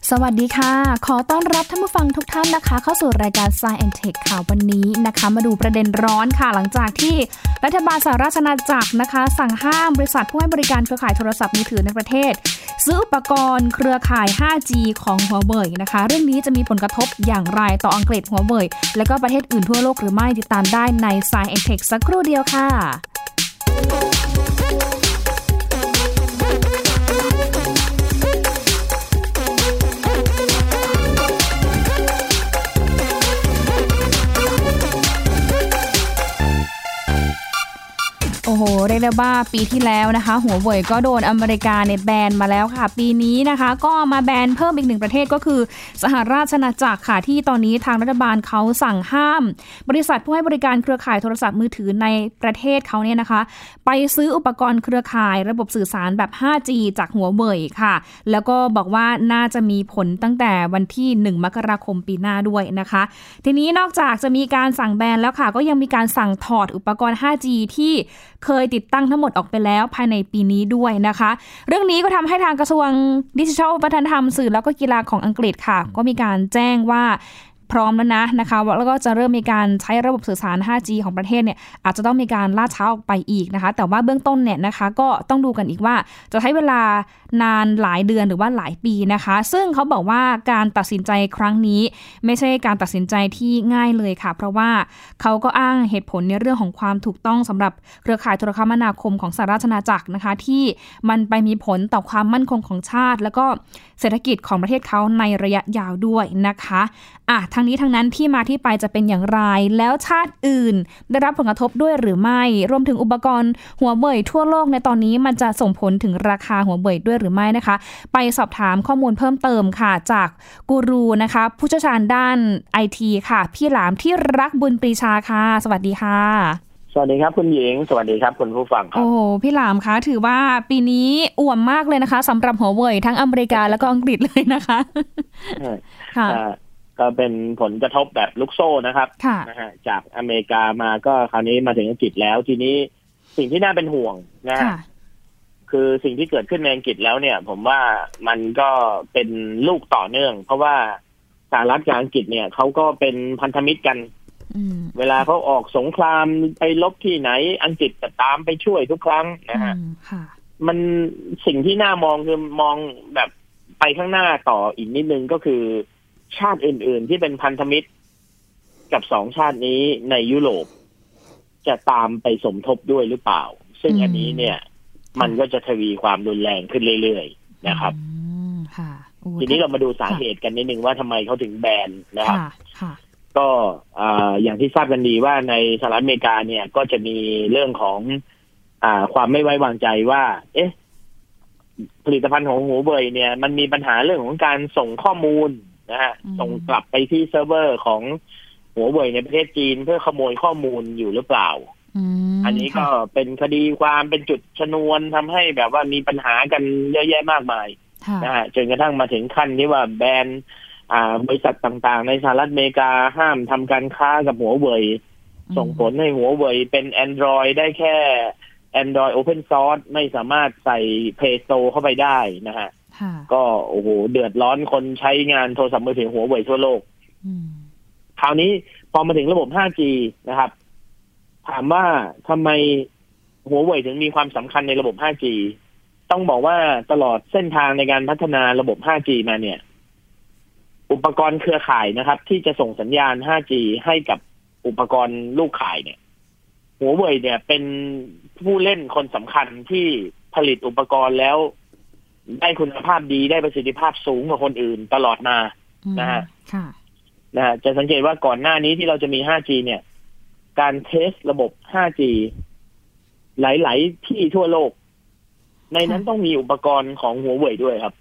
สวัสดีค่ะขอต้อนรับท่านผู้ฟังทุกท่านนะคะเข้าสู่รายการ Science and Tech ค่ะวันนี้นะคะมาดูประเด็นร้อนค่ะหลังจากที่รัฐบาลสหราชอาณาจักรนะคะสั่งห้ามบริษัทผู้ให้บริการเครือข่ายโทรศัพท์มือถือในประเทศซื้ออุปกรณ์เครือข่าย 5G ของหัวเว่ยนะคะเรื่องนี้จะมีผลกระทบอย่างไรต่ออังกฤษหัวเว่ยและก็ประเทศอื่นทั่วโลกหรือไม่ติดตามได้ใน Science and Tech สักครู่เดียวค่ะโอ้โหเรียกได้ว่าปีที่แล้วนะคะหัวเว่ยก็โดนอเมริกาเนี่ยแบนมาแล้วค่ะปีนี้นะคะก็มาแบนเพิ่มอีกหนึ่งประเทศก็คือสหราชอาณาจักรค่ะที่ตอนนี้ทางรัฐบาลเขาสั่งห้ามบริษัทผู้ให้บริการเครือข่ายโทรศัพท์มือถือในประเทศเขาเนี่ยนะคะไปซื้ออุปกรณ์เครือข่ายระบบสื่อสารแบบ 5G จากหัวเว่ยค่ะแล้วก็บอกว่าน่าจะมีผลตั้งแต่วันที่1 มกราคมปีหน้าด้วยนะคะทีนี้นอกจากจะมีการสั่งแบนแล้วค่ะก็ยังมีการสั่งถอดอุปกรณ์ 5G ที่เคยติดตั้งทั้งหมดออกไปแล้วภายในปีนี้ด้วยนะคะเรื่องนี้ก็ทำให้ทางกระทรวงดิจิทัลวัฒนธรรมสื่อแล้วก็กีฬาของอังกฤษค่ะก็มีการแจ้งว่าพร้อมแล้วนะคะแล้วก็จะเริ่มมีการใช้ระบบสื่อสาร 5G ของประเทศเนี่ยอาจจะต้องมีการล่าช้าออกไปอีกนะคะแต่ว่าเบื้องต้นเนี่ยนะคะก็ต้องดูกันอีกว่าจะใช้เวลานานหลายเดือนหรือว่าหลายปีนะคะซึ่งเขาบอกว่าการตัดสินใจครั้งนี้ไม่ใช่การตัดสินใจที่ง่ายเลยค่ะเพราะว่าเขาก็อ้างเหตุผลในเรื่องของความถูกต้องสำหรับเครือข่ายโทรคมนาคมของสหราชอาณาจักรนะคะที่มันไปมีผลต่อความมั่นคงของชาติแล้วก็เศรษฐกิจของประเทศเขาในระยะยาวด้วยนะคะทั้งนี้ทั้งนั้นที่มาที่ไปจะเป็นอย่างไรแล้วชาติอื่นได้รับผลกระทบด้วยหรือไม่รวมถึงอุปกรณ์หัวเว่ยทั่วโลกในตอนนี้มันจะส่งผลถึงราคาหัวเว่ยด้วยหรือไม่นะคะไปสอบถามข้อมูลเพิ่มเติมค่ะจากกูรูนะคะผู้เชี่ยวชาญด้าน IT ค่ะพี่หลามที่รักบุญปรีชาค่ะสวัสดีค่ะสวัสดีครับคุณหญิงสวัสดีครับคุณผู้ฟังครับโอ้พี่หลามคะถือว่าปีนี้อ่วมมากเลยนะคะสำหรับหัวเว่ยทั้งอเมริกาแล้วก็อังกฤษเลยนะคะค่ะก็เป็นผลกระทบแบบลูกโซ่นะครับนะฮะจากอเมริกามาก็คราวนี้มาถึงอังกฤษแล้วทีนี้สิ่งที่น่าเป็นห่วงนะฮะคือสิ่งที่เกิดขึ้นในอังกฤษแล้วเนี่ยผมว่ามันก็เป็นลูกต่อเนื่องเพราะว่าสหรัฐกับอังกฤษเนี่ยเขาก็เป็นพันธมิตรกันเวลาเขาออกสงครามไปรบที่ไหนอังกฤษจะตามไปช่วยทุกครั้งนะฮะมันสิ่งที่น่ามองคือมองแบบไปข้างหน้าต่ออีกนิดนึงก็คือชาติอื่นๆที่เป็นพันธมิตรกับสองชาตินี้ในยุโรปจะตามไปสมทบด้วยหรือเปล่าซึ่งอันนี้เนี่ยมันก็จะทวีความรุนแรงขึ้นเรื่อยๆนะครับทีนี้เรามาดูสาเหตุกันนิดนึงว่าทำไมเขาถึงแบนนะครับก็อย่างที่ทราบกันดีว่าในสหรัฐอเมริกาเนี่ยก็จะมีเรื่องของความไม่ไว้วางใจว่าผลิตภัณฑ์ของหัวเว่ยเนี่ยมันมีปัญหาเรื่องของการส่งข้อมูลนะฮะส่งกลับไปที่เซิร์ฟเวอร์ของหัวเว่ยในประเทศจีนเพื่อขโมยข้อมูลอยู่หรือเปล่าอันนี้ก็เป็นคดีความเป็นจุดชนวนทำให้แบบว่ามีปัญหากันเยอะแยะมากมายนะฮะจนกระทั่งมาถึงขั้นที่ว่าแบนบริษัทต่างๆในสหรัฐอเมริกาห้ามทำการค้ากับหัวเว่ยส่งผลให้หัวเว่ยเป็น Android ได้แค่ Android Open Source ไม่สามารถใส่ Play Store เข้าไปได้นะฮะก็โอ้โหเดือดร้อนคนใช้งานโทรศัพท์มือถือหัวเว่ยทั่วโลกคราวนี้พอมาถึงระบบ 5G นะครับถามว่าทำไมหัวเว่ยถึงมีความสำคัญในระบบ 5G ต้องบอกว่าตลอดเส้นทางในการพัฒนาระบบ 5G มาเนี่ยอุปกรณ์เครือข่ายนะครับที่จะส่งสัญญาณ 5G ให้กับอุปกรณ์ลูกข่ายเนี่ยหัวเว่ยเนี่ยเป็นผู้เล่นคนสำคัญที่ผลิตอุปกรณ์แล้วได้คุณภาพดีได้ประสิทธิภาพสูงกว่าคนอื่นตลอดมานะฮะจะสังเกตว่าก่อนหน้านี้ที่เราจะมี 5G เนี่ยการเทสระบบ 5G หลายๆที่ทั่วโลกในนั้นต้องมีอุปกรณ์ของหัวเว่ยด้วยครับ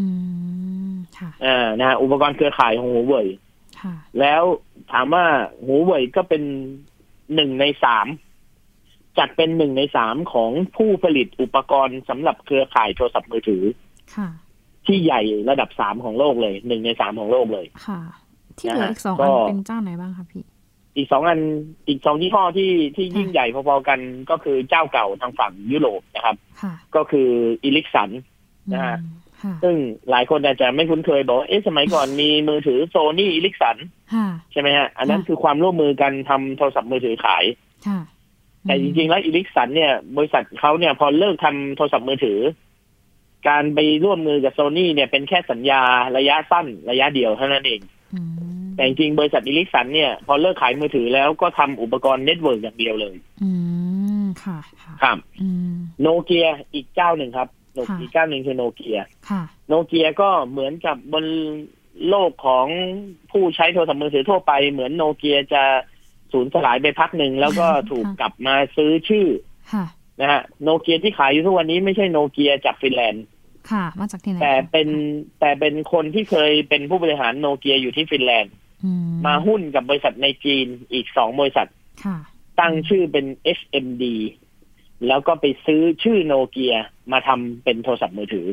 นะฮะอุปกรณ์เครือข่ายของหัวเว่ยแล้วถามว่าหัวเว่ยก็เป็น1 ใน 3จัดเป็น1 ใน 3ของผู้ผลิตอุปกรณ์สำหรับเครือข่ายโทรศัพท์มือถือที่ใหญ่ระดับ3ของโลกเลย1 ใน 3ของโลกเลยค่ะที่เหลืออีก2อันเป็นเจ้าไหนบ้างคะพี่อีก2อันอีก2ยี่ห้อที่ยิ่งใหญ่พอๆกันก็คือเจ้าเก่าทางฝั่งยุโรปนะครับก็คืออิลิกสันนะฮะซึ่งหลายคนอาจจะไม่คุ้นเคยบอกว่าสมัยก่อนมีมือถือโซนี่อิริกสันใช่ไหมฮะอันนั้นคือความร่วมมือกันทำโทรศัพท์มือถือขายแต่จริงๆแล้วอิริกสันเนี่ยบริษัทเขาเนี่ยพอเลิกทำโทรศัพท์มือถือการไปร่วมมือกับโซนี่เนี่ยเป็นแค่สัญญาระยะสั้นระยะเดียวเท่านั้นเองแต่จริงๆบริษัทอิริกสันเนี่ยพอเลิกขายมือถือแล้วก็ทำอุปกรณ์เน็ตเวิร์กอย่างเดียวเลยค่ะครับโนเกียอีกเจ้าหนึ่งครับอีกเจ้าหนึ่งคือโนเกียโนเกียก็เหมือนกับบนโลกของผู้ใช้โทรศัพท์มือถือทั่วไปเหมือนโนเกียจะสูญสลายไปพักหนึ่งแล้วก็ถูกกลับมาซื้อชื่อนะฮะโนเกียที่ขายอยู่ทุกวันนี้ไม่ใช่โนเกียจากฟินแลนด์ค่ะมาจากที่ไหนแต่เป็นคนที่เคยเป็นผู้บริหารโนเกียอยู่ที่ฟินแลนด์มาหุ้นกับบริษัทในจีนอีก2บริษัทตั้งชื่อเป็น SMD แล้วก็ไปซื้อชื่อโนเกียมาทำเป็นโทรศัพท์มือถือ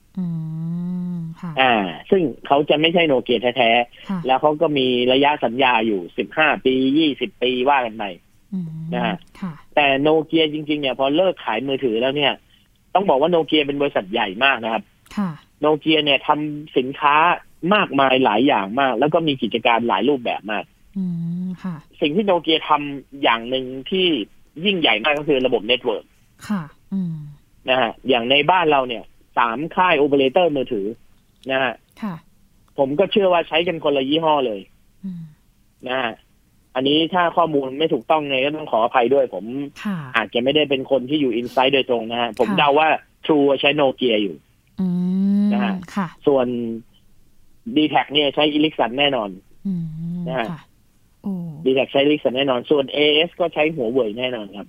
ซึ่งเขาจะไม่ใช่โนเกียแท้ๆแล้วเขาก็มีระยะสัญญาอยู่15 ปี20 ปีว่ากันไปนะฮะแต่โนเกียจริงๆเนี่ยพอเลิกขายมือถือแล้วเนี่ยต้องบอกว่าโนเกียเป็นบริษัทใหญ่มากนะครับโนเกียเนี่ยทำสินค้ามากมายหลายอย่างมากแล้วก็มีกิจการหลายรูปแบบมากสิ่งที่โนเกียทำอย่างหนึ่งที่ยิ่งใหญ่มากก็คือระบบเน็ตเวิร์กนะฮะอย่างในบ้านเราเนี่ย3 ค่ายโอเปอเรเตอร์มือถือนะฮะผมก็เชื่อว่าใช้กันคนละยี่ห้อเลยนะฮะอันนี้ถ้าข้อมูลไม่ถูกต้องไงก็ต้องขออภัยด้วยผมอาจจะไม่ได้เป็นคนที่อยู่อินไซด์โดยตรงนะฮะผมเดาว่า True ใช้โนเกียอยู่นะฮะส่วน D-Tag เนี่ยใช้อิริกสันแน่นอนนะฮะD-Tag ใช้อิริกสันแน่นอนส่วน AS ก็ใช้หัวเว่ยแน่นอนครับ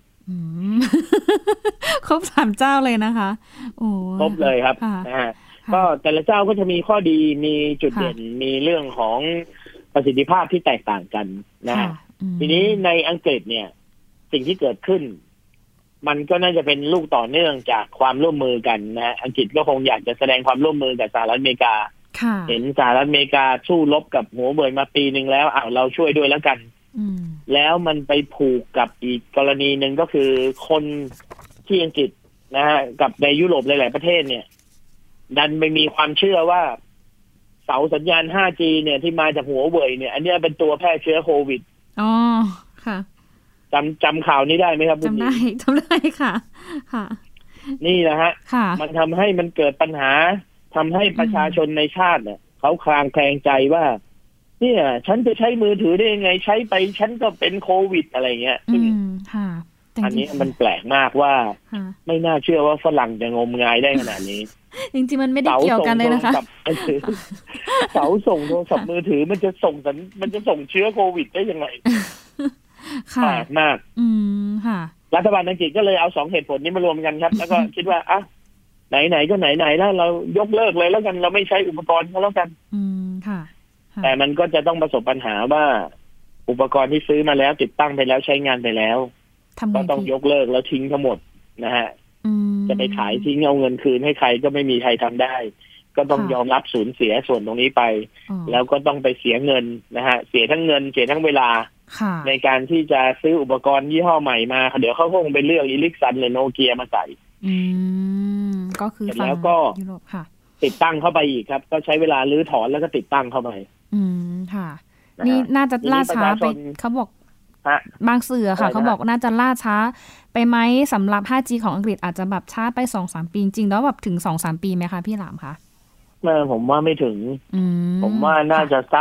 ครบ3 เจ้าเลยนะคะครบเลยครับนะฮะก็แต่ละเจ้าก็จะมีข้อดีมีจุดเด่นมีเรื่องของประสิทธิภาพที่แตกต่างกันนะฮะทีนี้ในอังกฤษเนี่ยสิ่งที่เกิดขึ้นมันก็น่าจะเป็นลูกต่อเนื่องจากความร่วมมือกันนะอังกฤษก็คงอยากจะแสดงความร่วมมือกับสหรัฐอเมริกาเห็นสหรัฐอเมริกาสู้รบกับหัวเว่ยมาปีนึงแล้วเราช่วยด้วยแล้วกันแล้วมันไปผูกกับอีกกรณีหนึ่งก็คือคนที่อังกฤษนะฮะกับในยุโรปหลายๆประเทศเนี่ยดันไปมีความเชื่อว่าเสาสัญญาณ 5G เนี่ยที่มาจากหัวเว่ยเนี่ยอันนี้เป็นตัวแพร่เชื้อโควิดค่ะจำข่าวนี้ได้ไหมครับจำได้ค่ะนี่นะฮะมันทำให้มันเกิดปัญหาทำให้ประชาชนในชาติเนี่ยเขาคลางแคลงใจว่าเนี่ยฉันจะใช้มือถือได้ยังไงใช้ไปฉันก็เป็นโควิดอะไรเงี้ยอันนี้มันแปลกมากว่าไม่น่าเชื่อว่าฝรั่งจะงมงายได้ขนาดนี้จริงๆมันไม่ได้เกี่ยวกันเลยนะคะเสาส่งโทรศัพท์มือถือมันจะส่งเชื้อโควิดได้ยังไงแปลกมากค่ะรัฐบาลอังกฤษก็เลยเอา2 เหตุผลนี้มารวมกันครับแล้วก็คิดว่าไหนๆก็ไหนๆแล้วเรายกเลิกเลยแล้วกันเราไม่ใช้อุปกรณ์เขาแล้วกันค่ะแต่มันก็จะต้องประสบปัญหาว่าอุปกรณ์ที่ซื้อมาแล้วติดตั้งไปแล้วใช้งานไปแล้วก็ต้องยกเลิกแล้วทิ้งทั้งหมดนะฮะจะไปขายทิ้งเอาเงินคืนให้ใครก็ไม่มีใครทำได้ก็ต้องยอมรับสูญเสียส่วนตรงนี้ไปแล้วก็ต้องไปเสียเงินนะฮะเสียทั้งเงินเสียทั้งเวลาในการที่จะซื้ออุปกรณ์ยี่ห้อใหม่มาเดี๋ยวเขาคงไปเลือกอิริกสันหรือโนเกียมาใส่ก็คือแล้วก็ติดตั้งเข้าไปอีกครับก็ใช้เวลารื้อถอนแล้วก็ติดตั้งเข้าไปค่ะนี่น่าจะล่าช้าไปเขาบอกบางสื่อค่ะเขาบอกน่าจะล่าช้าไปไหมสำหรับ 5G ของอังกฤษอาจจะแบบช้าไป 2-3 ปีจริงแล้วแบบถึง 2-3 ปีไหมคะพี่หลามคะผมว่าไม่ถึงผมว่าน่าจะสัก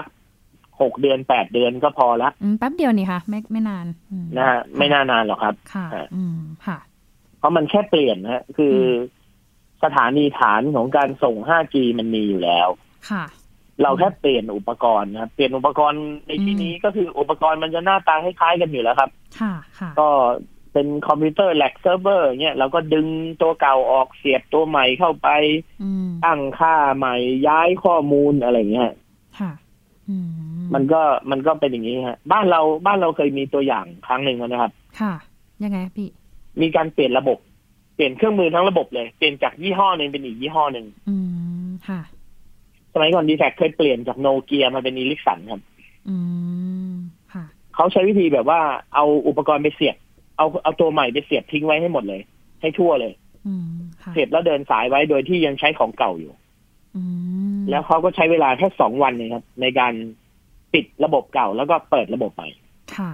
6 เดือน8 เดือนก็พอละแป๊บเดียวนี่ค่ะไม่นานนะฮะไม่นานหรอกครับค่ะค่ะเพราะมันแค่เปลี่ยนนะคือสถานีฐานของการส่ง 5G มันมีอยู่แล้วค่ะเราแค่เปลี่ยนอุปกรณ์นะครับเปลี่ยนอุปกรณ์ในที่นี้ก็คืออุปกรณ์มันจะหน้าตาคล้ายๆกันอยู่แล้วครับก็เป็นคอมพิวเตอร์แลกเซิร์ฟเวอร์เงี้ยเราก็ดึงตัวเก่าออกเสียบตัวใหม่เข้าไปตั้งค่าใหม่ย้ายข้อมูลอะไรเงี้ยมันก็เป็นอย่างนี้ฮะบ้านเราเคยมีตัวอย่างครั้งหนึ่งนะครับค่ะยังไงพี่มีการเปลี่ยนระบบเปลี่ยนเครื่องมือทั้งระบบเลยเปลี่ยนจากยี่ห้อนึงเป็นอีกยี่ห้อนึงค่ะสมัยก่อนD-Tagเคยเปลี่ยนจากโนเกียมาเป็นอิริกสันครับค่ะเขาใช้วิธีแบบว่าเอาอุปกรณ์ไปเสียบเอาตัวใหม่ไปเสียบทิ้งไว้ให้หมดเลยให้ทั่วเลยเสียบแล้วเดินสายไว้โดยที่ยังใช้ของเก่าอยู่แล้วเขาก็ใช้เวลาแค่2 วันเองครับในการปิดระบบเก่าแล้วก็เปิดระบบใหม่ค่ะ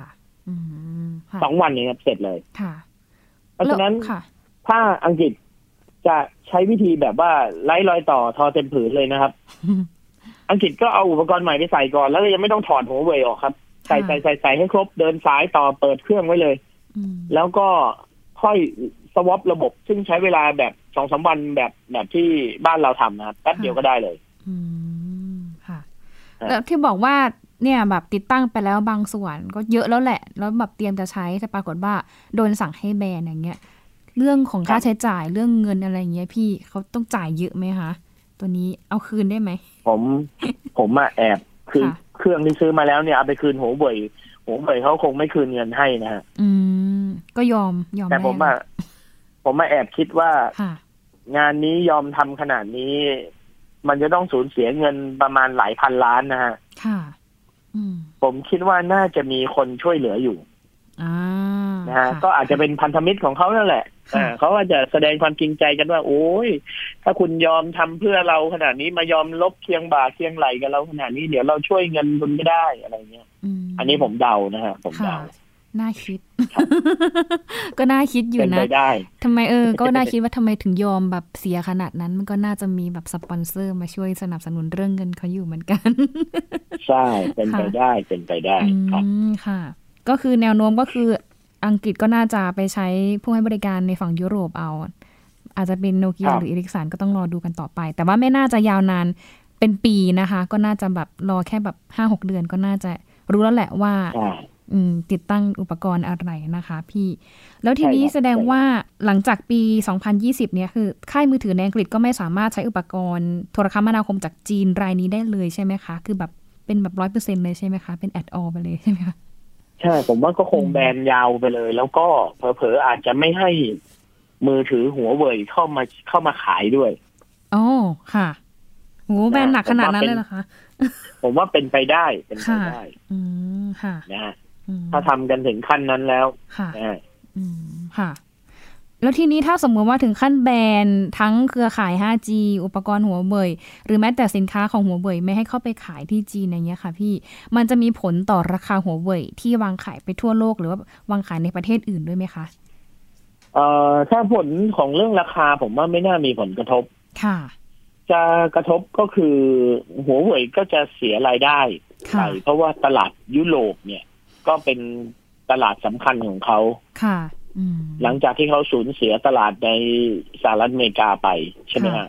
2 วันเองครับเสร็จเลยค่ะเพราะฉะนั้นถ้าอังกฤษจะใช้วิธีแบบว่าไร้รอยต่อทอเต็มผืนเลยนะครับ อังกฤษก็เอาอุปกรณ์ใหม่ไปใส่ก่อนแล้วก็ยังไม่ต้องถอดหัวเว่ยออกครับใส่ให้ครบเดินสายต่อเปิดเครื่องไว้เลยแล้วก็ค่อยสวอประบบซึ่งใช้เวลาแบบ 2-3 วันแบบที่บ้านเราทำนะครับแป๊บเดียวก็ได้เลยค่ะแล้วที่บอกว่าเนี่ยแบบติดตั้งไปแล้วบางส่วนก็เยอะแล้วแหละแล้วแบบเตรียมจะใช้แต่ปรากฏว่าโดนสั่งให้แบนอย่างเงี้ยเรื่องของค่าใช้จ่ายเรื่องเงินอะไรอย่างเงี้ยพี่เขาต้องจ่ายเยอะไหมคะตัวนี้เอาคืนได้ไหมผมมาแอบคือเครื่องที่ซื้อมาแล้วเนี่ยเอาไปคืนหัวเว่ยเขาคงไม่คืนเงินให้นะฮะก็ยอมแต่ผมมาแอบคิดว่างานนี้ยอมทำขนาดนี้มันจะต้องสูญเสียเงินประมาณหลายพันล้านนะฮะค่ะผมคิดว่าน่าจะมีคนช่วยเหลืออยู่นะฮะก็อาจจะเป็นพันธมิตรของเขานั่นแหละเขาอาจจะแสดงความจริงใจกันว่าโอ้ยถ้าคุณยอมทำเพื่อเราขนาดนี้มายอมลบเคียงบ่าเคียงไหลกับเราขนาดนี้เดี๋ยวเราช่วยเงินคุณก็ได้อะไรเงี้ยอันนี้ผมเดานะฮะผมเดาน่าคิด ก็น่าคิดอยู่นะทำไมก็น่าคิดว่าทำไมถึงยอมแบบเสียขนาดนั้นมันก็น่าจะมีแบบสปอนเซอร์มาช่วยสนับสนุนเรื่องเงินเขาอยู่เหมือนกันใช่เป็นไปได้ครับค่ะก็คือแนวโน้มก็คืออังกฤษก็น่าจะไปใช้ผู้ให้บริการในฝั่งยุโรปเอาอาจจะเป็นโนเกียหรืออิริกสันก็ต้องรอดูกันต่อไปแต่ว่าไม่น่าจะยาวนานเป็นปีนะคะก็น่าจะแบบรอแค่แบบ 5-6 เดือนก็น่าจะรู้แล้วแหละว่าติดตั้งอุปกรณ์อะไรนะคะพี่แล้วทีนี้แสดงว่าหลังจากปี 2020 เนี่ยคือค่ายมือถือในอังกฤษก็ไม่สามารถใช้อุปกรณ์โทรคมนาคมจากจีนรายนี้ได้เลยใช่ไหมคะคือแบบเป็นแบบ 100% เลยใช่ไหมคะเป็นแอดออลไปเลยใช่ไหมคะใช่ผมว่าก็คงแบนยาวไปเลยแล้วก็เผลอๆอาจจะไม่ให้มือถือหัวเว่ยเข้ามาขายด้วยอ๋อค่ะโหแบนหนักขนาดนั้นเลยเหรอคะผมว่าเป็นไปได้ค่ะนะถ้าทำกันถึงขั้นนั้นแล้วค่ะค่ะแล้วทีนี้ถ้าสมมติว่าถึงขั้นแบนทั้งเครือข่าย 5G อุปกรณ์หัวเว่ยหรือแม้แต่สินค้าของหัวเว่ยไม่ให้เข้าไปขายที่จีนอย่างเงี้ยค่ะพี่มันจะมีผลต่อราคาหัวเว่ยที่วางขายไปทั่วโลกหรือว่าวางขายในประเทศอื่นด้วยไหมคะถ้าผลของเรื่องราคาผมว่าไม่น่ามีผลกระทบค่ะจะกระทบก็คือหัวเว่ยก็จะเสียรายได้ไปเพราะว่าตลาดยุโรปเนี่ยก็เป็นตลาดสำคัญของเขาค่ะหลังจากที่เขาสูญเสียตลาดในสหรัฐอเมริกาไปใช่ไหมฮะ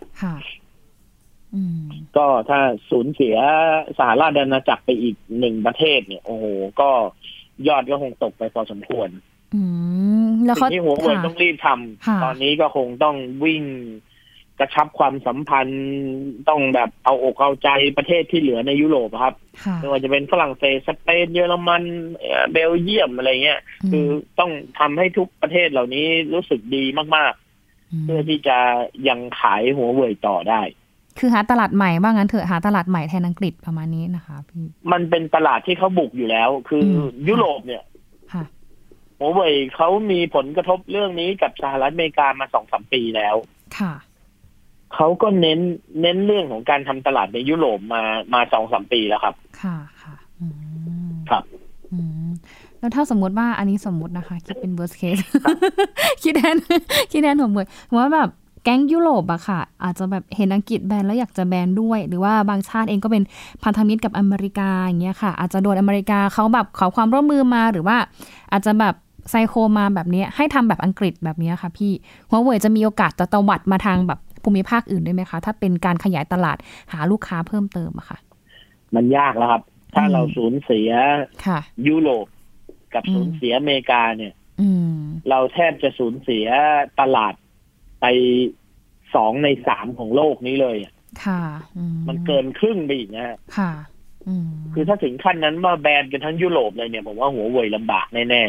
ก็ถ้าสูญเสียสหราชอาณาจักรไปอีก1 ประเทศเนี่ยโอ้โหก็ยอดก็คงตกไปพอสมควรแล้วสิ่งที่หัวเว่ยต้องรีบทำตอนนี้ก็คงต้องวิ่งกระชับความสัมพันธ์ต้องแบบเอาอกเอาใจประเทศที่เหลือในยุโรปครับไม่ว่าจะเป็นฝรั่งเศสสเปนเยอรมันเบลเยียมอะไรเงี้ยคือต้องทำให้ทุกประเทศเหล่านี้รู้สึกดีมากๆเพื่อที่จะยังขายหัวเว่ยต่อได้คือหาตลาดใหม่ว่างั้นเถอะหาตลาดใหม่แทนอังกฤษประมาณนี้นะคะพี่มันเป็นตลาดที่เขาบุกอยู่แล้วคือยุโรปเนี่ยหัวเว่ยเขามีผลกระทบเรื่องนี้กับสหรัฐอเมริกามา 2-3 ปีแล้วค่ะเขาก็เน้นเรื่องของการทำตลาดในยุโรปมา 2-3 ปีแล้วครับค่ะครับแล้วถ้าสมมติว่าอันนี้สมมตินะคะคิดเป็น worst case คิดแทนผมเลยว่าแบบแก๊งยุโรปอะค่ะอาจจะแบบเห็นอังกฤษแบนแล้วอยากจะแบนด้วยหรือว่าบางชาติเองก็เป็นพันธมิตรกับอเมริกาอย่างเงี้ยค่ะอาจจะโดนอเมริกาเขาแบบขอความร่วมมือมาหรือว่าอาจจะแบบไซโคมาแบบนี้ให้ทำแบบอังกฤษแบบนี้ค่ะพี่หัวเว่ยจะมีโอกาสจะตวัดมาทางแบบภูมิภาคอื่นด้วยไหมคะถ้าเป็นการขยายตลาดหาลูกค้าเพิ่มเติมอะค่ะมันยากแล้วครับถ้าเราสูญเสียยุโรปกับสูญเสียอเมริกาเนี่ยเราแทบจะสูญเสียตลาดไป2 ใน 3ของโลกนี้เลยค่ะมันเกินครึ่งไปอีกนะค่ะคือถ้าถึงขั้นนั้นมาแบนกันทั้งยุโรปเลยเนี่ยผมว่าหัวเว่ยลำบากแน่ๆนะ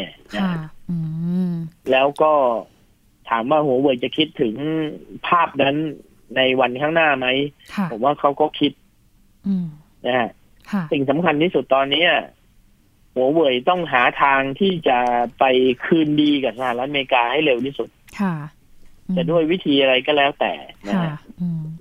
แล้วก็ถามว่าหัวเว่ยจะคิดถึงภาพนั้นในวันข้างหน้าไหมผมว่าเขาก็คิดนะฮะสิ่งสำคัญที่สุดตอนนี้หัวเว่ยต้องหาทางที่จะไปคืนดีกับสหรัฐอเมริกาให้เร็วที่สุดจะด้วยวิธีอะไรก็แล้วแต่นะฮะ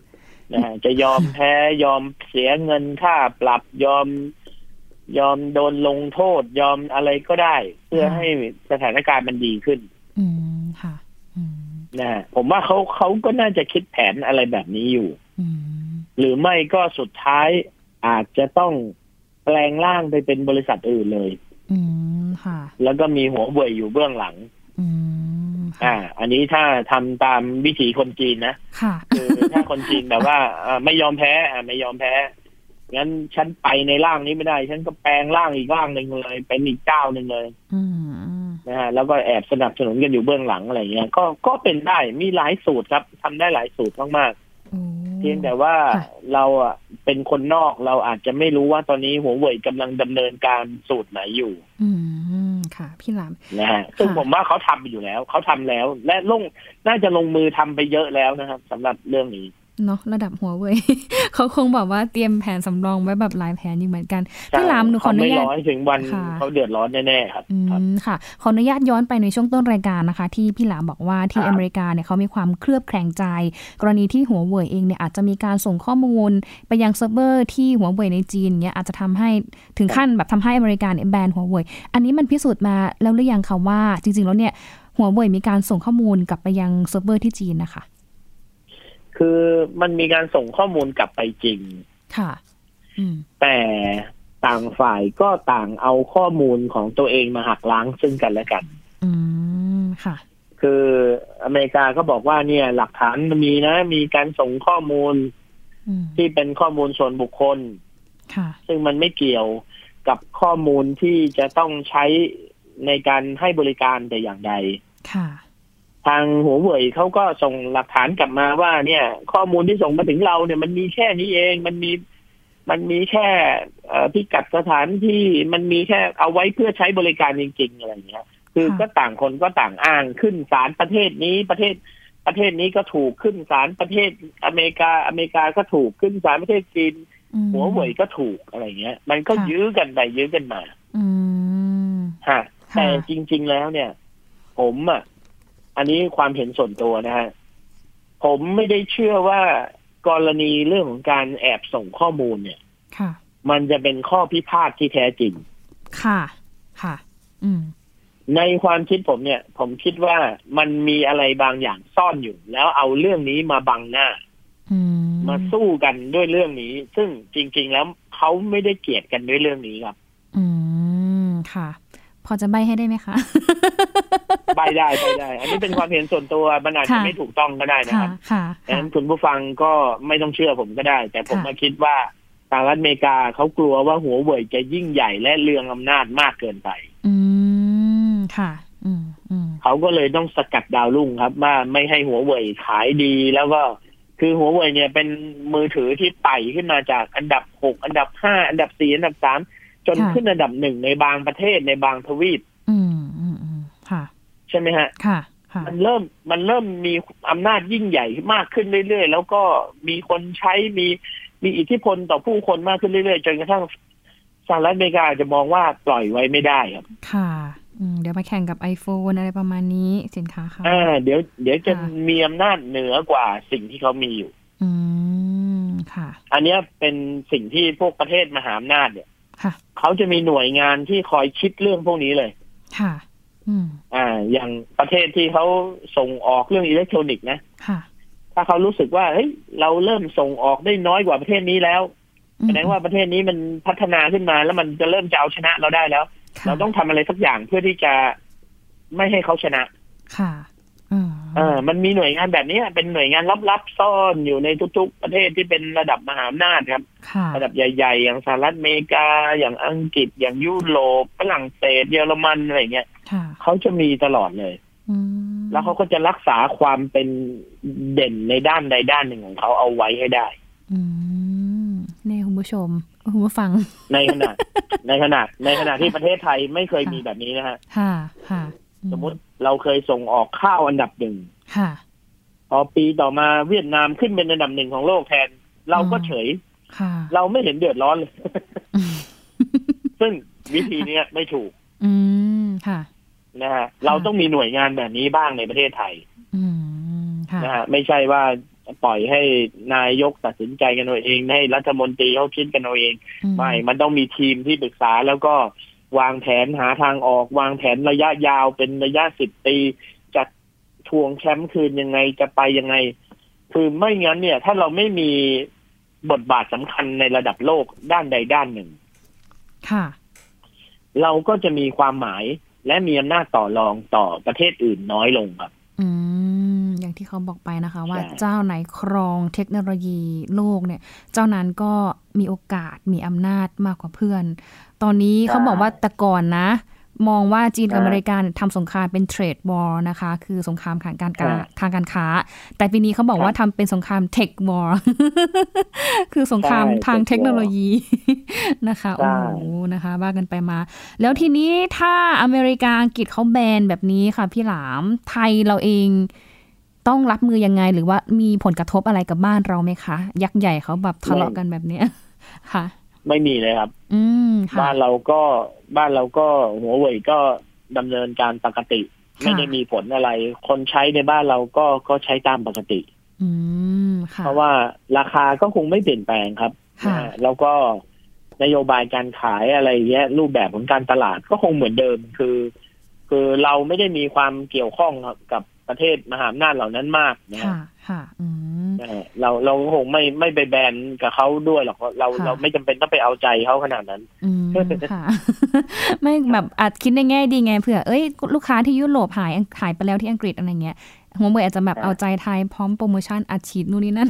นะฮะจะยอมแพ้ยอมเสียเงินค่าปรับยอมโดนลงโทษยอมอะไรก็ได้เพื่อให้สถานการณ์มันดีขึ้นค่ะนะฮะผมว่าเขาก็น่าจะคิดแผนอะไรแบบนี้อยู่หรือไม่ก็สุดท้ายอาจจะต้องแปลงร่างไปเป็นบริษัทอื่นเลยค่ะแล้วก็มีหัวเว่ยอยู่เบื้องหลังอันนี้ถ้าทำตามวิถีคนจีนนะคือถ้าคนจีนแบบว่าไม่ยอมแพ้ไม่ยอมแพ้งั้นฉันไปในร่างนี้ไม่ได้ฉันก็แปลงร่างอีกร่างหนึ่งเลยเป็นอีกเจ้าหนึ่งเลยนะฮะแล้วก็แอบสนับสนุนกันอยู่เบื้องหลังอะไรเงี้ยก็เป็นได้มีหลายสูตรครับทำได้หลายสูตรมากๆเพียงแต่ว่าเราเป็นคนนอกเราอาจจะไม่รู้ว่าตอนนี้หัวเว่ยกำลังดำเนินการสูตรไหนอยู่ค่ะพี่หลามนะฮะซึ่งผมว่าเขาทำอยู่แล้วเขาทำแล้วและน่าจะลงมือทำไปเยอะแล้วนะครับสำหรับเรื่องนี้เนาะระดับหัวเว่ย เขาคงบอกว่าเตรียมแผนสำรองไว้แบบหลายแผนอยู่เหมือนกันพี่หลามหนูขออนุญาตไม่ถึงวันเขาเดือดร้อนแน่ๆครับค่ะขออนุญาตย้อนไปในช่วงต้นรายการนะคะที่พี่หลามบอกว่าที่อเมริกาเนี่ยเขามีความเคลือบแคลงใจกรณีที่หัวเว่ยเองเนี่ยอาจจะมีการส่งข้อมูลไปยังเซิร์ฟเวอร์ที่หัวเว่ยในจีนเนี่ยอาจจะทำให้ถึงขั้นแบบทำให้อเมริกาเนี่ยแบนหัวเว่ยอันนี้มันพิสูจน์มาแล้วหรือยังคะว่าจริงๆแล้วเนี่ยหัวเว่ยมีการส่งข้อมูลกลับไปยังเซิร์ฟเวอร์ที่จีนนะคะคือมันมีการส่งข้อมูลกลับไปจริงค่ะแต่ต่างฝ่ายก็ต่างเอาข้อมูลของตัวเองมาหักล้างซึ่งกันและกันค่ะคืออเมริกาก็บอกว่าเนี่ยหลักฐานมีนะมีการส่งข้อมูลที่เป็นข้อมูลส่วนบุคคลค่ะซึ่งมันไม่เกี่ยวกับข้อมูลที่จะต้องใช้ในการให้บริการแต่อย่างใดค่ะทางหัวเว่ยเขาก็ส่งหลักฐานกลับมาว่าเนี่ยข้อมูลที่ส่งมาถึงเราเนี่ยมันมีแค่นี้เองมันมีแค่พิกัดสถานที่มันมีแค่เอาไว้เพื่อใช้บริการจริงๆอะไรอย่างเงี้ยคือก็ต่างคนก็ต่างอ้างขึ้นศาลประเทศนี้ประเทศนี้ก็ถูกขึ้นศาลประเทศอเมริกาก็ถูกขึ้นศาลประเทศจีนหัวเว่ยก็ถูกอะไรเงี้ยมันก็ยื้อกันไปยื้อกันมาฮะแต่จริงๆแล้วเนี่ยผมอันนี้ความเห็นส่วนตัวนะฮะผมไม่ได้เชื่อว่ากรณีเรื่องของการแอบส่งข้อมูลเนี่ยมันจะเป็นข้อพิพาทที่แท้จริงค่ะในความคิดผมเนี่ยผมคิดว่ามันมีอะไรบางอย่างซ่อนอยู่แล้วเอาเรื่องนี้มาบังหน้ามาสู้กันด้วยเรื่องนี้ซึ่งจริงๆแล้วเขาไม่ได้เกลียดกันด้วยเรื่องนี้ครับค่ะพอจะใบ้ให้ได้ไหมคะใบ้ได้อันนี้เป็นความเห็นส่วนตัวมันอาจจะไม่ถูกต้องก็ได้นะครับดังนั้นคุณผู้ฟังก็ไม่ต้องเชื่อผมก็ได้แต่ผมมาคิดว่าสหรัฐอเมริกาเขากลัวว่าหัวเว่ยจะยิ่งใหญ่และเรืองอำนาจมากเกินไปค่ะเขาก็เลยต้องสกัดดาวรุ่งครับว่าไม่ให้หัวเว่ยขายดีแล้วก็คือหัวเว่ยเนี่ยเป็นมือถือที่ไต่ขึ้นมาจากอันดับ6อันดับ5อันดับ4อันดับ3จนขึ้นอันดับ1ในบางประเทศในบางทวีปค่ะใช่ไหมฮะค่ะมันเริ่มมีอำนาจยิ่งใหญ่มากขึ้นเรื่อยๆแล้วก็มีคนใช้มีอิทธิพลต่อผู้คนมากขึ้นเรื่อยๆจนกระทั่งสหรัฐอเมริกาจะมองว่าปล่อยไว้ไม่ได้ครับค่ะเดี๋ยวมาแข่งกับ iPhone อะไรประมาณนี้สินค้าค่ะเดี๋ยวจะมีอำนาจเหนือกว่าสิ่งที่เขามีอยู่ค่ะอันนี้เป็นสิ่งที่พวกประเทศมหาอำนาจเนี่ยเขาจะมีหน่วยงานที่คอยคิดเรื่องพวกนี้เลยค่ะอย่างประเทศที่เขาส่งออกเรื่องอิเล็กทรอนิกส์นะถ้าเขารู้สึกว่าเฮ้ยเราเริ่มส่งออกได้น้อยกว่าประเทศนี้แล้วแสดงว่าประเทศนี้มันพัฒนาขึ้นมาแล้วมันจะเริ่มจะเอาชนะเราได้แล้วเราต้องทำอะไรสักอย่างเพื่อที่จะไม่ให้เขาชนะค่ะมันมีหน่วยงานแบบนี้เป็นหน่วยงานลับๆซ่อนอยู่ในทุกๆประเทศที่เป็นระดับมหาอำนาจครับระดับใหญ่ๆอย่างสหรัฐอเมริกาอย่างอังกฤษอย่างยุโรปฝรั่งเศสเยอรมันอะไรเงี้ยเขาจะมีตลอดเลยแล้วเขาก็จะรักษาความเป็นเด่นในด้านใดด้านหนึ่งของเขาเอาไว้ให้ได้นี่คุณผู้ชมคุณผู้ฟังในขณะที่ประเทศไทยไม่เคยมีแบบนี้นะฮะสมมติเราเคยส่งออกข้าวอันดับ1พอปีต่อมาเวียดนามขึ้นเป็นอันดับ1ของโลกแทนเราก็เฉยเราไม่เห็นเดือดร้อนเลยซึ่งวิธีนี้ไม่ถูกนะฮะเราต้องมีหน่วยงานแบบนี้บ้างในประเทศไทยนะฮะไม่ใช่ว่าปล่อยให้นายกตัดสินใจกันเอาเองให้รัฐมนตรีเขาคิดกันเอาเองไม่มันต้องมีทีมที่ปรึกษาแล้วก็วางแผนหาทางออกวางแผนระยะยาวเป็นระยะ10 ปีจะทวงแชมป์คืนยังไงจะไปยังไงคือไม่งั้นเนี่ยถ้าเราไม่มีบทบาทสำคัญในระดับโลกด้านใดด้านหนึ่งค่ะเราก็จะมีความหมายและมีอำนาจต่อรองต่อประเทศอื่นน้อยลงครับอย่างที่เขาบอกไปนะคะว่าเจ้าไหนครองเทคโนโลยีโลกเนี่ยเจ้านั้นก็มีโอกาสมีอำนาจมากกว่าเพื่อนตอนนี้เขาบอกว่าแต่ก่อนนะมองว่าจีนกับอเมริกาทำสงครามเป็นเทรดวอร์นะคะคือสงครามทางการค้าแต่ปีนี้เขาบอกว่าทำเป็นสงครามเทควอร์คือสงครามทางเทคโนโลยีนะคะโอ้โหนะคะว่ากันไปมาแล้วทีนี้ถ้าอเมริกาอังกฤษเขาแบนแบบนี้ค่ะพี่หลามไทยเราเองต้องรับมือยังไงหรือว่ามีผลกระทบอะไรกับบ้านเราไหมคะยักษ์ใหญ่เขาแบบทะเลาะกันแบบนี้ค่ะไม่มีเลยครับบ้านเราก็หัวเว่ยก็ดำเนินการปกติไม่ได้มีผลอะไรคนใช้ในบ้านเราก็ใช้ตามปกติเพราะว่าราคาก็คงไม่เปลี่ยนแปลงครับแล้วก็นโยบายการขายอะไรเงี้ยรูปแบบของการตลาดก็คงเหมือนเดิมคือเราไม่ได้มีความเกี่ยวข้องกับประเทศมหาอำนาจเหล่านั้นมากนะเราคงไม่ไปแบนกับเขาด้วยหรอกเราไม่จำเป็นต้องไปเอาใจเขาขนาดนั้นค่ะไม่แบบอาจคิดในแง่ดีไงเผื่อลูกค้าที่ยุโรปหายไปแล้วที่อังกฤษอะไรเงี้ยหัวเว่ยอาจจะแบบเอาใจไทยพร้อมโปรโมชั่นอัดฉีดนู่นนี่นั่น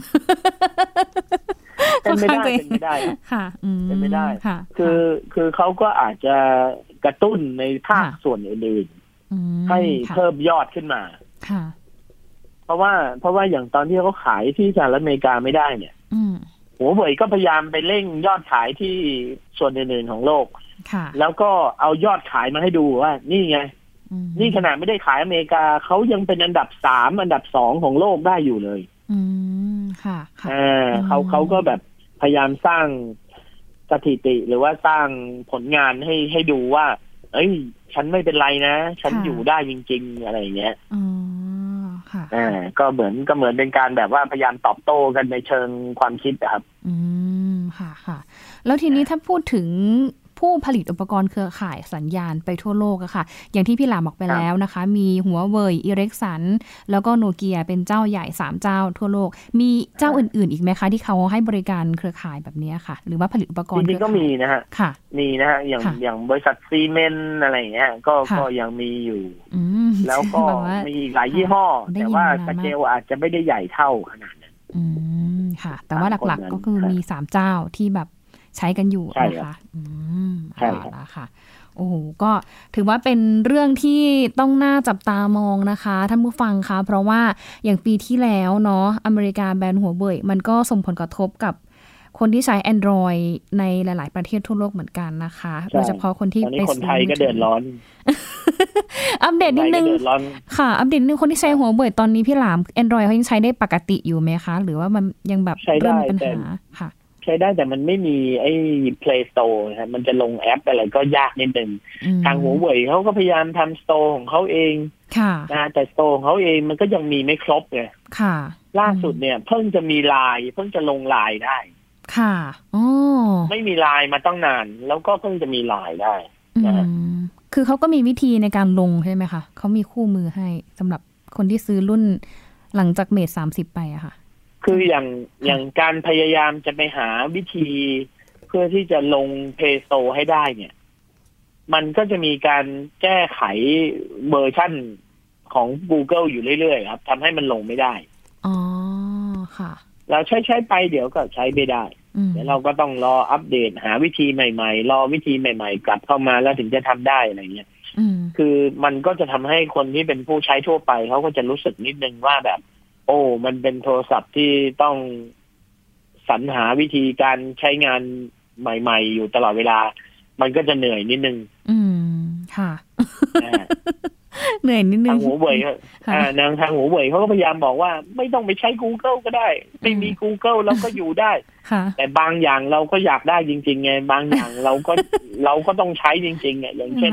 เป็นไม่ได้ค่ะเป็นไม่ได้คือเขาก็อาจจะกระตุ้นในภาคส่วนอื่นๆให้เพิ่มยอดขึ้นมาเพราะว่าอย่างตอนที่เขาขายที่สหรัฐอเมริกาไม่ได้เนี่ยหัวเว่ยก็พยายามไปเร่งยอดขายที่ส่วนอื่นๆของโลกแล้วก็เอายอดขายมาให้ดูว่านี่ไงนี่ขนาดไม่ได้ขายอเมริกาเขายังเป็นอันดับ3อันดับ2ของโลกได้อยู่เลยค่ะเขาก็แบบพยายามสร้างสถิติหรือว่าสร้างผลงานให้ดูว่าฉันไม่เป็นไรนะฉันอยู่ได้จริงๆอะไรอย่างเงี้ยก็เหมือนเป็นการแบบว่าพยายามตอบโต้กันในเชิงความคิดครับค่ะแล้วทีนี้ถ้าพูดถึงผู้ผลิตอุปกรณ์เครือข่ายสัญญาณไปทั่วโลกอะค่ะอย่างที่พี่หลามบอกไปแล้วนะคะมีหัวเว่ยอิเร็กสันแล้วก็โนเกียเป็นเจ้าใหญ่3เจ้าทั่วโลกมีเจ้าอื่นๆอีกไหมคะที่เขาให้บริการเครือข่ายแบบนี้ค่ะหรือว่าผลิตอุปกรณ์จริงๆก็มีนะฮะมีนะฮะอย่างบริษัทซีเมนต์อะไรอย่างเงี้ยก็ยังมีอยู่แล้วก็มีหลายยี่ห้อแต่ว่าสเกลอาจจะไม่ได้ใหญ่เท่าขนาดนั้นค่ะแต่ว่าหลักๆก็คือมี3เจ้าที่แบบใช้กันอยู่นะคะใช่ค่ะโอ้โหก็ถือว่าเป็นเรื่องที่ต้องน่าจับตามองนะคะท่านผู้ฟังคะเพราะว่าอย่างปีที่แล้วเนาะอเมริกาแบนหัวเว่ยมันก็ส่งผลกระทบกับคนที่ใช้ Android ในหลายๆประเทศทั่วโลกเหมือนกันนะคะโดยเฉพาะคนที่ไปคนไทยก็เดือดร้อนอัปเดตนิดนึงค่ะอัปเดตนิดนึงคนที่ใช้หัวเว่ยตอนนี้พี่หลาม Android เขายังใช้ได้ปกติอยู่ไหมคะหรือว่ามันยังแบบเริ่มมีปัญหาค่ะใช้ได้แต่มันไม่มีไอ้ Play Store ครับมันจะลงแอปอะไรก็ยากนิดนึงทางหัวเว่ยเขาก็พยายามทำ Store ของเขาเองนะแต่ Store ของเขาเองมันก็ยังมีไม่ครบไงล่าสุดเนี่ยเพิ่งจะมีไลน์เพิ่งจะลงไลน์ได้ค่ะไม่มีไลน์มาตั้งนานแล้วก็เพิ่งจะมีไลน์ได้คือเขาก็มีวิธีในการลงใช่ไหมคะเขามีคู่มือให้สำหรับคนที่ซื้อรุ่นหลังจากเมท30ไปอะค่ะคืออย่างการพยายามจะไปหาวิธีเพื่อที่จะลง Play Store ให้ได้เนี่ยมันก็จะมีการแก้ไขเวอร์ชั่นของ Google อยู่เรื่อยๆครับทำให้มันลงไม่ได้ค่ะเราใช้ไปเดี๋ยวก็ใช้ไม่ได้เดี๋ยวเราก็ต้องรออัปเดตหาวิธีใหม่ๆรอวิธีใหม่ๆกลับเข้ามาแล้วถึงจะทำได้อะไรเงี้ยคือมันก็จะทำให้คนที่เป็นผู้ใช้ทั่วไปเขาก็จะรู้สึกนิดนึงว่าแบบโอ้มันเป็นโทรศัพท์ที่ต้องสรรหาวิธีการใช้งานใหม่ๆอยู่ตลอดเวลามันก็จะเหนื่อยนิดนึงค่ะเหนื่อยนิดนึงทางหัวเว่ยทางหัวเว่ยเขาก็พยายามบอกว่าไม่ต้องไปใช้ Google ก็ได้ไม่มี Google เราก็อยู่ได้แต่บางอย่างเราก็อยากได้จริงๆไงบางอย่างเราก็ต้องใช้จริงๆอย่างเช่น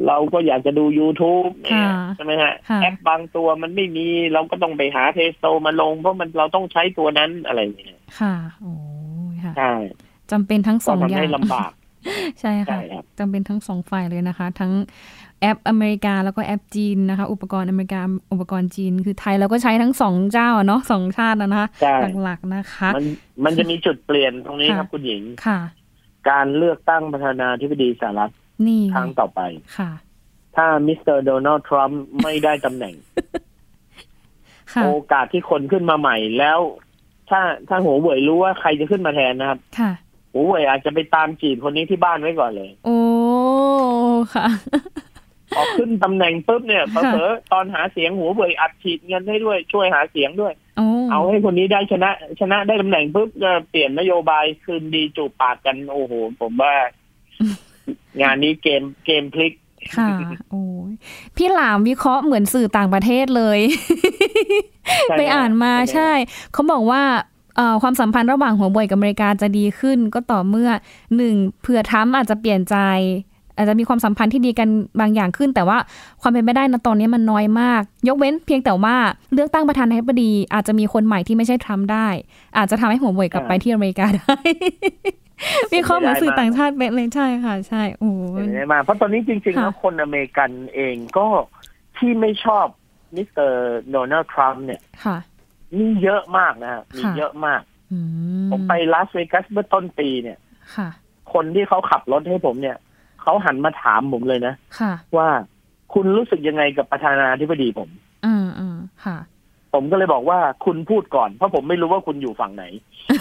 เราก็อยากจะดู YouTube เนี่ยใช่ไหมฮะแอปบางตัวมันไม่มีเราก็ต้องไปหาเพย์สโตร์มาลงเพราะมันเราต้องใช้ตัวนั้นอะไรอย่างเงี้ยค่ะโอ้ค่ะใช่จำเป็นทั้งสองอย่างทำให้ลำบากใช่ค่ะจำเป็นทั้งสองฝ่ายเลยนะคะทั้งแอปอเมริกาแล้วก็แอปจีนนะคะอุปกรณ์อเมริกาอุปกรณ์จีนคือไทยเราก็ใช้ทั้งสองเจ้าเนาะสองชาตินะคะหลักๆนะคะมันจะมีจุดเปลี่ยนตรงนี้ครับคุณหญิงค่ะการเลือกตั้งประธานาธิบดีสหรัฐครั้งต่อไปค่ะถ้ามิสเตอร์โดนัลด์ทรัมป์ไม่ได้ตำแหน่งโอกาสที่คนขึ้นมาใหม่แล้วถ้าหัวเว่ยรู้ว่าใครจะขึ้นมาแทนนะครับหัวเว่ยอาจจะไปตามจีบคนนี้ที่บ้านไว้ก่อนเลยโอ้ค่ะพอขึ้นตำแหน่งปุ๊บเนี่ยเผลอตอนหาเสียงหัวเว่ยอัดฉีดเงินให้ด้วยช่วยหาเสียงด้วยเอาให้คนนี้ได้ชนะได้ตำแหน่งปุ๊บจะเปลี่ยนนโยบายคืนดีจูบปากกันโอ้โหผมว่างานนี้เกมพลิกค่ะโอ้ยพี่หลามวิเคราะห์เหมือนสื่อต่างประเทศเลยไปอ่านมาใช่เขาบอกว่าความสัมพันธ์ระหว่างหัวเว่ยกับอเมริกาจะดีขึ้นก็ต่อเมื่อ1เผื่อทรัมป์อาจจะเปลี่ยนใจอาจจะมีความสัมพันธ์ที่ดีกันบางอย่างขึ้นแต่ว่าความเป็นไปได้นะตอนนี้มันน้อยมากยกเว้นเพียงแต่ว่าเลือกตั้งประธานาธิบดีอาจจะมีคนใหม่ที่ไม่ใช่ทรัมป์ได้อาจจะทำให้หัวเว่ยกลับไปที่อเมริกาได้มีข้อมูลสื่อต่างชาติเป็นเลยใช่ค่ะใช่โอ้ยมาเพราะตอนนี้จริงๆแล้วคนอเมริกันเองก็ที่ไม่ชอบมิสเตอร์โดนัลด์ทรัมป์เนี่ยมีเยอะมากนะมีเยอะมากผมไปลาสเวกัสเมื่อต้นปีเนี่ยคนที่เขาขับรถให้ผมเนี่ยเขาหันมาถามผมเลยนะว่าคุณรู้สึกยังไงกับประธานาธิบดีผมค่ะผมก็เลยบอกว่าคุณพูดก่อนเพราะผมไม่รู้ว่าคุณอยู่ฝั่งไหน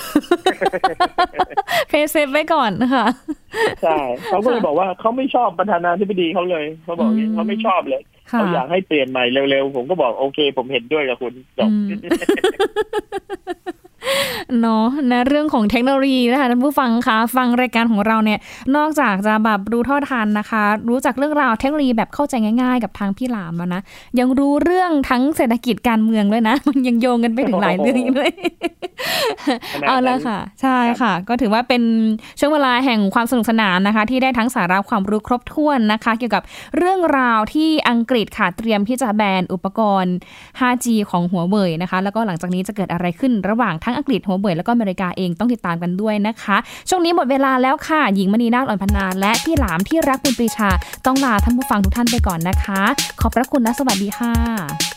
เพย์เซฟไว้ก่อนค่ะใช่เขาก็เลยบอกว่าเขาไม่ชอบประธานาธิบดีเขาเลยเขาบอกอย่างนี้เขาไม่ชอบเลยเขาอยากให้เปลี่ยนใหม่เร็วๆผมก็บอกโอเคผมเห็นด้วยกับคุณจบเนาะนะเรื่องของเทคโนโลยีนะคะท่านผู้ฟังคะฟังรายการของเราเนี่ยนอกจากจะแบบรู้เท่าทันนะคะรู้จักเรื่องราวเทคโนโลยีแบบเข้าใจง่ายๆกับทางพี่หลามแล้วนะยังรู้เรื่องทั้งเศรษฐกิจการเมืองด้วยนะมันยังโยงกันไปถึงหลายเรื่องด้วยเอาละค่ะใช่ค่ะก็ถือว่าเป็นช่วงเวลาแห่งความสนุกสนานนะคะที่ได้ทั้งสาระความรู้ครบถ้วนนะคะเกี่ยวกับเรื่องราวที่อังกฤษค่ะเตรียมที่จะแบนอุปกรณ์ 5G ของหัวเว่ยนะคะแล้วก็หลังจากนี้จะเกิดอะไรขึ้นระหว่างทั้งอังกฤษหัวเว่ยแล้วก็อเมริกาเองต้องติดตามกันด้วยนะคะช่วงนี้หมดเวลาแล้วค่ะหญิงมณีนาฏอ่อนพนาและพี่หลามที่รักบุญปรีชาต้องลาท่านผู้ฟังทุกท่านไปก่อนนะคะขอบพระคุณและสวัสดีค่ะ